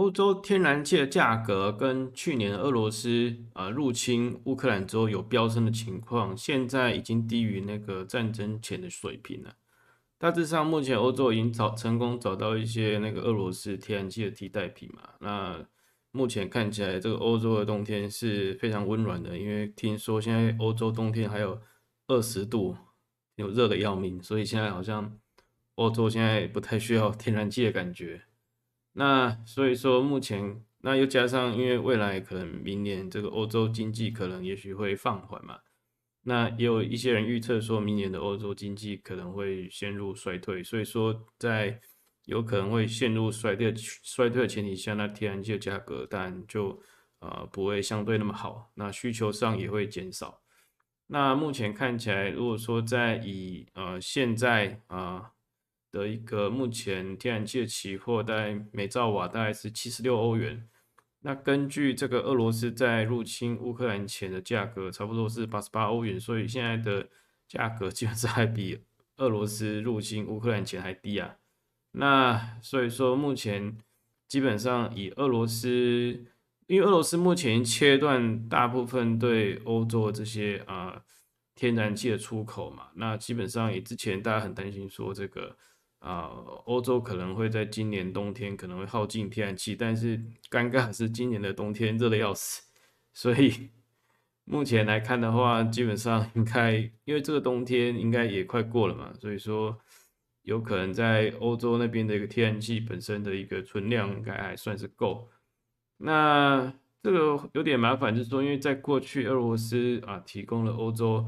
欧洲天然气的价格跟去年俄罗斯入侵乌克兰之后有飙升的情况，现在已经低于那个战争前的水平了。大致上，目前欧洲已经成功找到一些那个俄罗斯天然气的替代品嘛。那目前看起来，这个欧洲的冬天是非常温暖的，因为听说现在欧洲冬天还有20度，有热的要命，所以现在好像欧洲现在不太需要天然气的感觉。那所以说，目前那又加上，因为未来可能明年这个欧洲经济可能也许会放缓嘛。那也有一些人预测说，明年的欧洲经济可能会陷入衰退，所以说在有可能会陷入衰退的前提下，那天然气的价格当然就不会相对那么好，那需求上也会减少。那目前看起来，如果说在以现在的一个目前天然气的期货，大概每兆瓦大概是76欧元。那根据这个俄罗斯在入侵乌克兰前的价格，差不多是88欧元，所以现在的价格基本上还比俄罗斯入侵乌克兰前还低啊。那所以说，目前基本上以俄罗斯，因为俄罗斯目前切断大部分对欧洲这些天然气的出口嘛，那基本上也之前大家很担心说这个欧洲可能会在今年冬天可能会耗尽天然气，但是尴尬的是今年的冬天热的要死，所以目前来看的话，基本上应该因为这个冬天应该也快过了嘛，所以说有可能在欧洲那边的一个天然气本身的一个存量应该还算是够。那这个有点麻烦，就是说，因为在过去俄罗斯提供了欧洲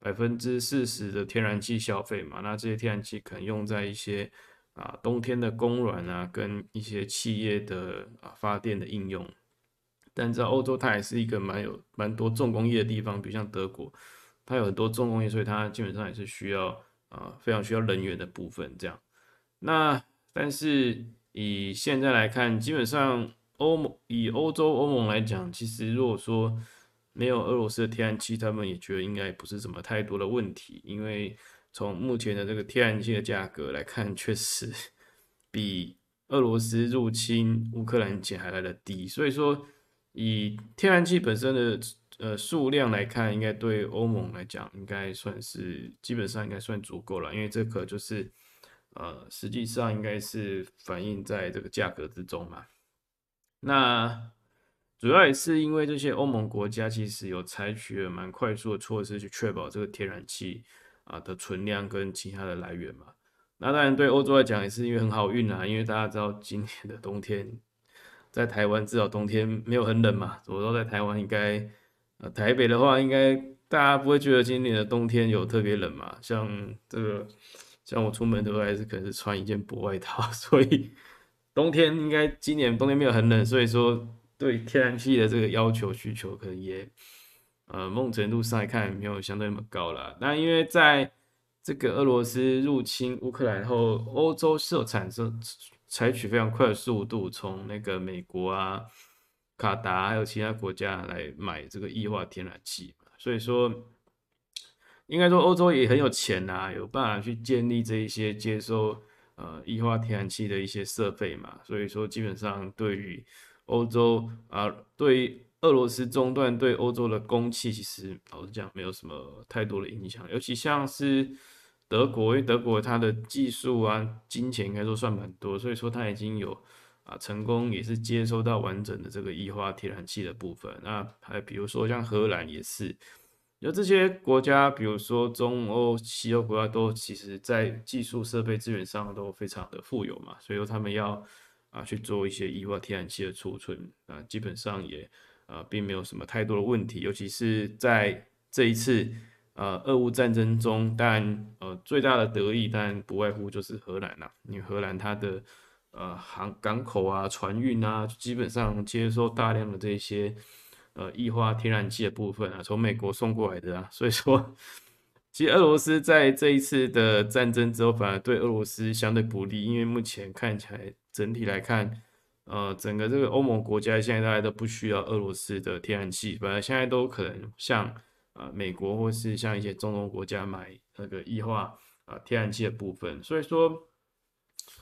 40%的天然气消费嘛，那这些天然气可能用在一些冬天的供暖跟一些企业的发电的应用。但在欧洲，它还是一个蛮多重工业的地方，比如像德国，它有很多重工业，所以它基本上也是需要非常需要人员的部分这样。那但是以现在来看，基本上以欧洲欧盟来讲，其实如果说没有俄罗斯的天然气，他们也觉得应该不是什么太多的问题，因为从目前的这个天然气的价格来看，确实比俄罗斯入侵乌克兰前还来的低，所以说以天然气本身的数量来看，应该对欧盟来讲，应该算是基本上应该算足够了，因为这个就是实际上应该是反映在这个价格之中嘛。那主要也是因为这些欧盟国家其实有采取了蛮快速的措施去确保这个天然气的存量跟其他的来源嘛。那当然对欧洲来讲也是因为很好运啊，因为大家知道今年的冬天在台湾至少冬天没有很冷嘛，我说在台湾应该台北的话应该大家不会觉得今年的冬天有特别冷嘛，像我出门都还是可能是穿一件薄外套，所以冬天应该今年冬天没有很冷，所以说对天然气的这个要求需求可能也某种程度上来看没有相对那么高啦。那因为在这个俄罗斯入侵乌克兰后，欧洲是有采取非常快的速度，从那个美国卡达还有其他国家来买这个液化天然气嘛，所以说应该说欧洲也很有钱呐、有办法去建立这一些接收液化天然气的一些设备嘛，所以说基本上对于欧洲对于俄罗斯中断对欧洲的供气，其实老实讲没有什么太多的影响，尤其像是德国，因为德国它的技术金钱应该说算蛮多，所以说它已经有成功也是接收到完整的这个液化天然气的部分。那还比如说像荷兰也是。有这些国家，比如说中欧、西欧国家，都其实在技术设备资源上都非常的富有嘛，所以说他们要去做一些液化天然气的储存基本上也并没有什么太多的问题，尤其是在这一次俄乌战争中，当然最大的得益当然不外乎就是荷兰啦，因为荷兰它的港口船运基本上接收大量的这些液化天然气的部分从美国送过来的所以说，其实俄罗斯在这一次的战争之后，反而对俄罗斯相对不利，因为目前看起来整体来看，整个这个欧盟国家现在大家都不需要俄罗斯的天然气，反而现在都可能像美国或是像一些中东国家买那个液化天然气的部分，所以说。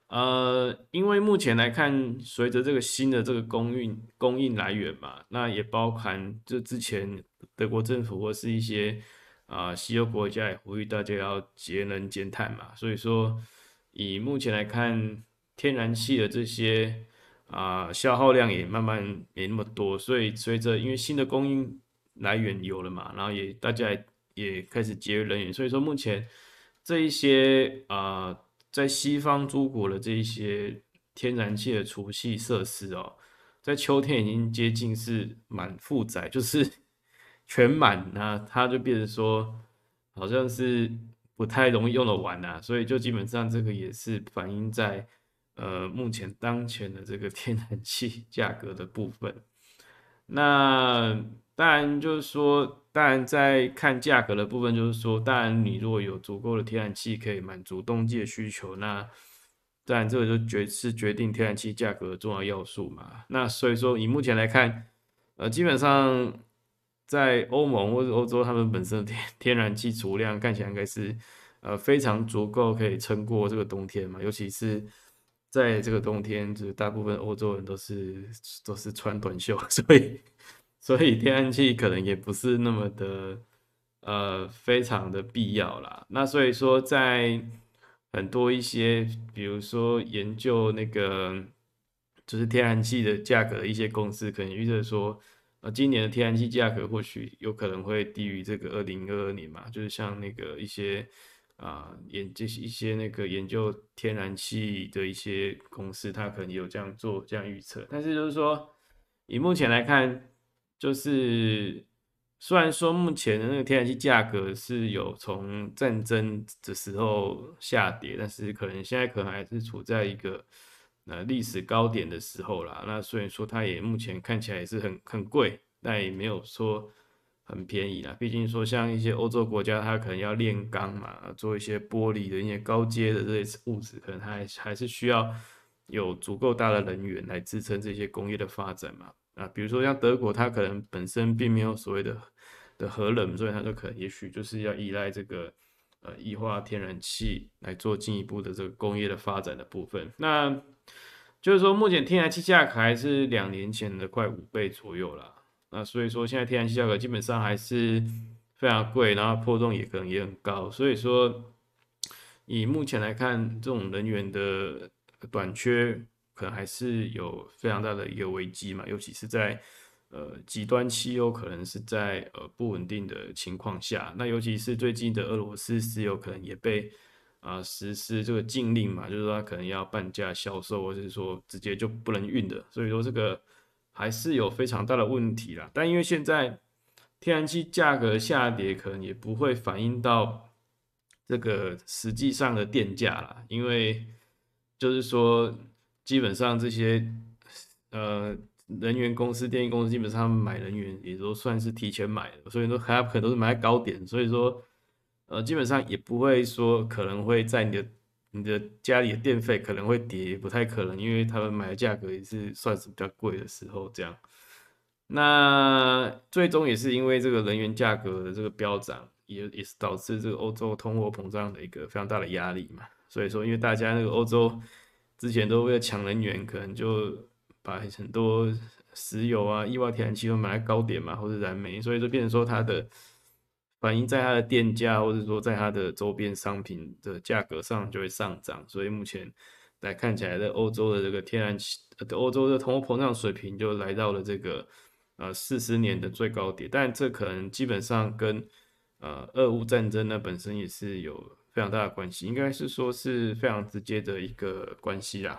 因为目前来看，随着这个新的这个供应来源嘛，那也包含就之前德国政府或是一些西欧国家也呼吁大家要节能减碳嘛，所以说以目前来看，天然气的这些消耗量也慢慢没那么多，所以随着因为新的供应来源有了嘛，然后大家也开始节约能源，所以说目前这一些在西方诸国的这一些天然气的储气设施哦，在秋天已经接近是满负载，就是全满，那它就变成说好像是不太容易用得完啊，所以就基本上这个也是反映在目前当前的这个天然气价格的部分。那当然就是说，当然在看价格的部分，就是说，当然你如果有足够的天然气可以满足冬季的需求，那当然这个是决定天然气价格的重要要素嘛。那所以说，以目前来看，基本上在欧盟或者欧洲，他们本身的天然气储量看起来应该是非常足够可以撑过这个冬天嘛，尤其是在这个冬天，就是大部分欧洲人都是穿短袖，所以天然气可能也不是那么的非常的必要啦。那所以说在很多一些比如说研究那个就是天然气的价格的一些公司，可能预测说今年的天然气价格或许有可能会低于这个2022年嘛，就是像那个一些一些那个研究天然气的一些公司，它可能有这样预测，但是就是说，以目前来看，就是虽然说目前的那个天然气价格是有从战争的时候下跌，但是现在可能还是处在一个历史高点的时候啦。那所以说它也目前看起来也是很贵，但也没有说很便宜啦。毕竟说像一些欧洲国家，它可能要炼钢嘛，做一些玻璃的一些高阶的这些物质，可能它还是需要有足够大的能源来支撑这些工业的发展嘛。比如说像德国，它可能本身并没有所谓的核能，所以它就可能也许就是要依赖这个液化天然气来做进一步的这个工业的发展的部分。那就是说，目前天然气价格还是2年前的快5倍左右啦。那所以说，现在天然气价格基本上还是非常贵，然后波动也可能也很高。所以说，以目前来看，这种能源的短缺可能还是有非常大的一个危机嘛，尤其是在极端气候可能是在不稳定的情况下，那尤其是最近的俄罗斯石油可能也被实施这个禁令嘛，就是说它可能要半价销售，或者是说直接就不能运的，所以说这个还是有非常大的问题啦。但因为现在天然气价格下跌，可能也不会反映到这个实际上的电价啦，因为就是说基本上这些呃能源公司、电力公司基本上他们买能源也都算是提前买的，所以说它可能都是买在高点，所以说基本上也不会说可能会在你的家里的电费可能会跌，不太可能，因为他们买的价格也是算是比较贵的时候这样。那最终也是因为这个能源价格的这个飙涨，也是导致这个欧洲通货膨胀的一个非常大的压力嘛。所以说，因为大家那个欧洲之前都为了抢能源，可能就把很多石油啊、液化天然气都买在高点嘛，或者燃煤，所以就变成说它的反映在它的电价，或者说在它的周边商品的价格上就会上涨。所以目前来看起来，在欧洲的这个天然气，欧洲的通货膨胀水平就来到了这个40年的最高点。但这可能基本上跟俄乌战争呢本身也是有非常大的关系，应该是说是非常直接的一个关系啦。